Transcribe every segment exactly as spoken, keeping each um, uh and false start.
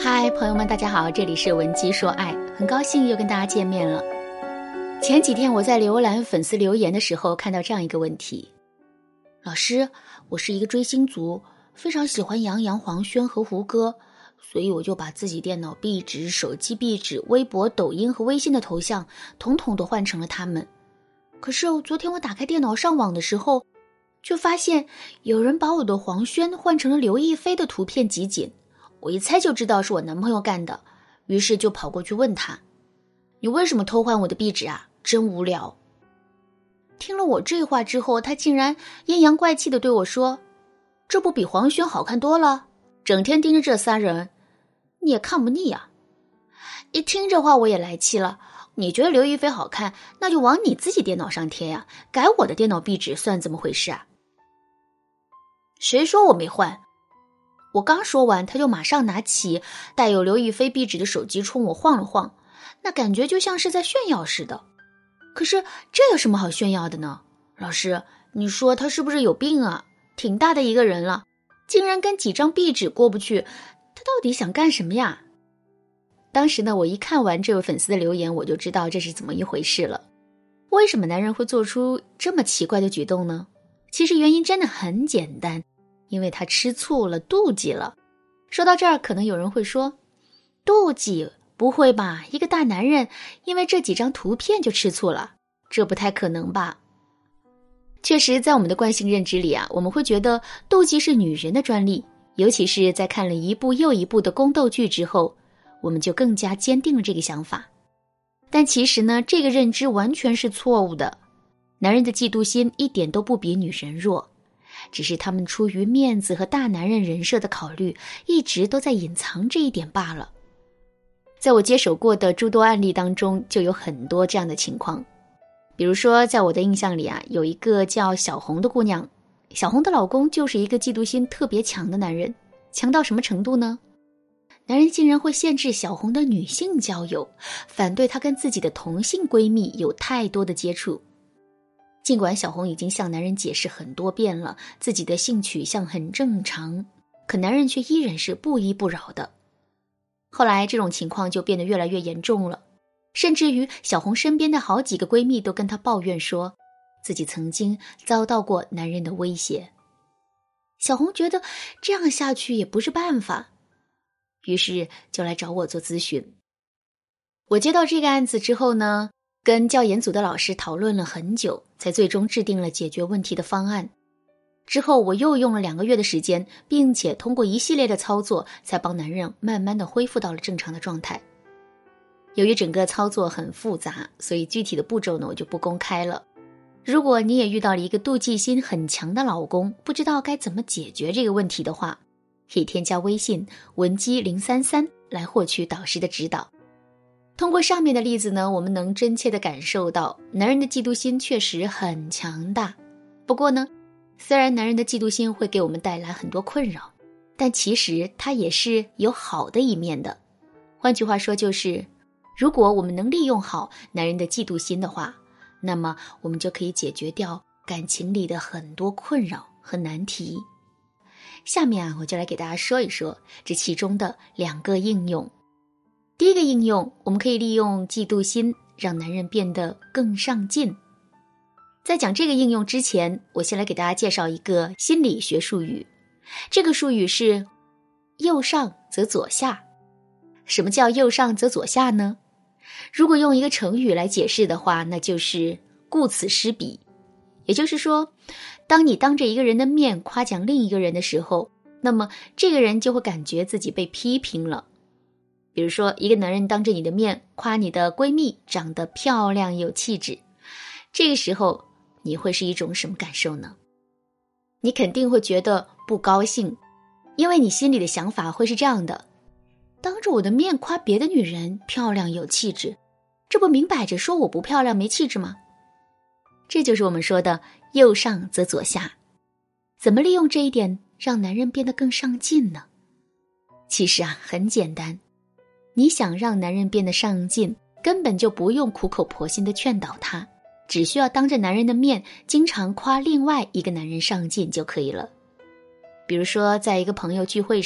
嗨，朋友们，大家好，这里是文姬说爱，很高兴又跟大家见面了。前几天我在浏览粉丝留言的时候，看到这样一个问题：老师，我是一个追星族，非常喜欢杨洋、黄轩和胡歌，所以我就把自己电脑壁纸、手机壁纸、微博、抖音和微信的头像统统都换成了他们。可是昨天我打开电脑上网的时候，就发现有人把我的黄轩换成了刘亦菲的图片集锦。我一猜就知道是我男朋友干的，于是就跑过去问他：你为什么偷换我的壁纸啊？真无聊。听了我这话之后，他竟然阴阳怪气地对我说：这不比黄轩好看多了？整天盯着这仨人，你也看不腻啊。一听这话我也来气了，你觉得刘亦菲好看，那就往你自己电脑上贴呀，改我的电脑壁纸算怎么回事啊？谁说我没换？我刚说完，他就马上拿起带有刘亦菲壁纸的手机冲我晃了晃，那感觉就像是在炫耀似的。可是这有什么好炫耀的呢？老师，你说他是不是有病啊？挺大的一个人了，竟然跟几张壁纸过不去，他到底想干什么呀？当时呢，我一看完这位粉丝的留言，我就知道这是怎么一回事了。为什么男人会做出这么奇怪的举动呢？其实原因真的很简单，因为他吃醋了，妒忌了。说到这儿，可能有人会说，妒忌？不会吧，一个大男人因为这几张图片就吃醋了，这不太可能吧。确实，在我们的惯性认知里啊，我们会觉得妒忌是女人的专利，尤其是在看了一部又一部的宫斗剧之后，我们就更加坚定了这个想法。但其实呢，这个认知完全是错误的。男人的嫉妒心一点都不比女人弱，只是他们出于面子和大男人人设的考虑，一直都在隐藏这一点罢了。在我接手过的诸多案例当中，就有很多这样的情况。比如说，在我的印象里啊，有一个叫小红的姑娘，小红的老公就是一个嫉妒心特别强的男人，强到什么程度呢？男人竟然会限制小红的女性交友，反对她跟自己的同性闺蜜有太多的接触。尽管小红已经向男人解释很多遍了，自己的性取向很正常，可男人却依然是不依不饶的。后来这种情况就变得越来越严重了，甚至于小红身边的好几个闺蜜都跟她抱怨说，自己曾经遭到过男人的威胁。小红觉得这样下去也不是办法，于是就来找我做咨询。我接到这个案子之后呢，跟教研组的老师讨论了很久，才最终制定了解决问题的方案。之后我又用了两个月的时间，并且通过一系列的操作，才帮男人慢慢的恢复到了正常的状态。由于整个操作很复杂，所以具体的步骤呢，我就不公开了。如果你也遇到了一个妒忌心很强的老公，不知道该怎么解决这个问题的话，可以添加微信文姬零三三来获取导师的指导。通过上面的例子呢，我们能真切地感受到男人的嫉妒心确实很强大。不过呢，虽然男人的嫉妒心会给我们带来很多困扰，但其实它也是有好的一面的。换句话说，就是如果我们能利用好男人的嫉妒心的话，那么我们就可以解决掉感情里的很多困扰和难题。下面啊，我就来给大家说一说这其中的两个应用。第一个应用，我们可以利用嫉妒心让男人变得更上进。在讲这个应用之前，我先来给大家介绍一个心理学术语。这个术语是右上则左下。什么叫右上则左下呢？如果用一个成语来解释的话，那就是顾此失彼。也就是说，当你当着一个人的面夸奖另一个人的时候，那么这个人就会感觉自己被批评了。比如说，一个男人当着你的面夸你的闺蜜长得漂亮有气质，这个时候你会是一种什么感受呢？你肯定会觉得不高兴，因为你心里的想法会是这样的：当着我的面夸别的女人漂亮有气质，这不明摆着说我不漂亮没气质吗？这就是我们说的右上则左下。怎么利用这一点让男人变得更上进呢？其实啊，很简单。你想让男人变得上进，根本就不用苦口婆心地劝导他，只需要当着男人的面经常夸另外一个男人上进就可以了。比如说，在一个朋友聚会上，你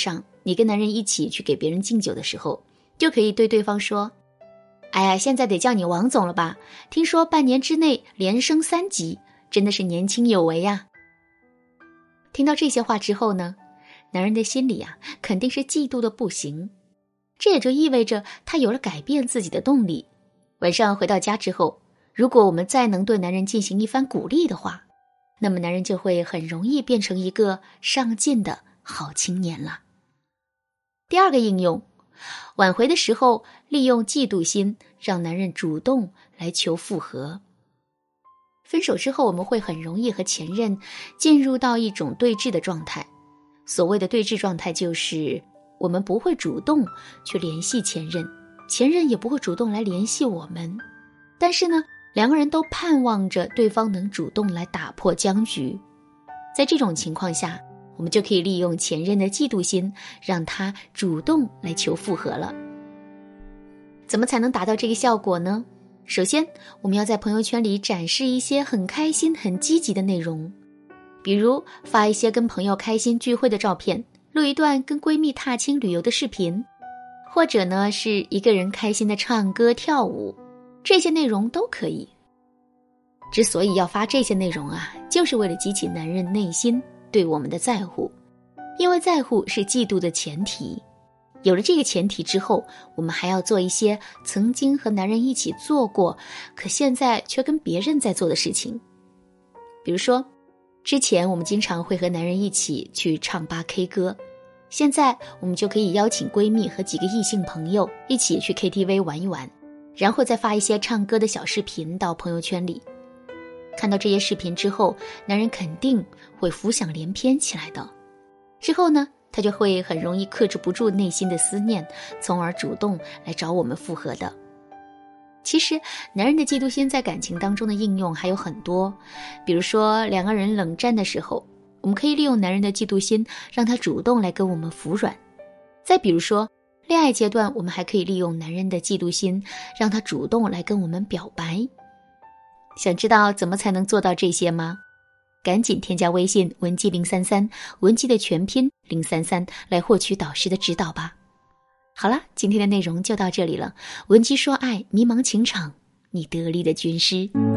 你跟男人一起去给别人敬酒的时候，就可以对对方说，哎呀，现在得叫你王总了吧，听说半年之内连升三级，真的是年轻有为呀。听到这些话之后呢，男人的心里啊，肯定是嫉妒的不行，这也就意味着他有了改变自己的动力。晚上回到家之后，如果我们再能对男人进行一番鼓励的话，那么男人就会很容易变成一个上进的好青年了。第二个应用，挽回的时候利用嫉妒心让男人主动来求复合。分手之后，我们会很容易和前任进入到一种对峙的状态。所谓的对峙状态，就是我们不会主动去联系前任，前任也不会主动来联系我们。但是呢，两个人都盼望着对方能主动来打破僵局。在这种情况下，我们就可以利用前任的嫉妒心，让他主动来求复合了。怎么才能达到这个效果呢？首先，我们要在朋友圈里展示一些很开心、很积极的内容，比如发一些跟朋友开心聚会的照片，录一段跟闺蜜踏青旅游的视频，或者呢是一个人开心的唱歌跳舞，这些内容都可以。之所以要发这些内容啊，就是为了激起男人内心对我们的在乎，因为在乎是嫉妒的前提。有了这个前提之后，我们还要做一些曾经和男人一起做过，可现在却跟别人在做的事情。比如说，之前我们经常会和男人一起去唱吧 K 歌，现在我们就可以邀请闺蜜和几个异性朋友一起去 K T V 玩一玩，然后再发一些唱歌的小视频到朋友圈里。看到这些视频之后，男人肯定会浮想联翩起来的。之后呢，他就会很容易克制不住内心的思念，从而主动来找我们复合的。其实男人的嫉妒心在感情当中的应用还有很多，比如说两个人冷战的时候，我们可以利用男人的嫉妒心，让他主动来跟我们服软。再比如说恋爱阶段，我们还可以利用男人的嫉妒心，让他主动来跟我们表白。想知道怎么才能做到这些吗？赶紧添加微信文姬零三三，文姬的全拼零三三，来获取导师的指导吧。好了，今天的内容就到这里了。文姬说爱，迷茫情场，你得力的军师。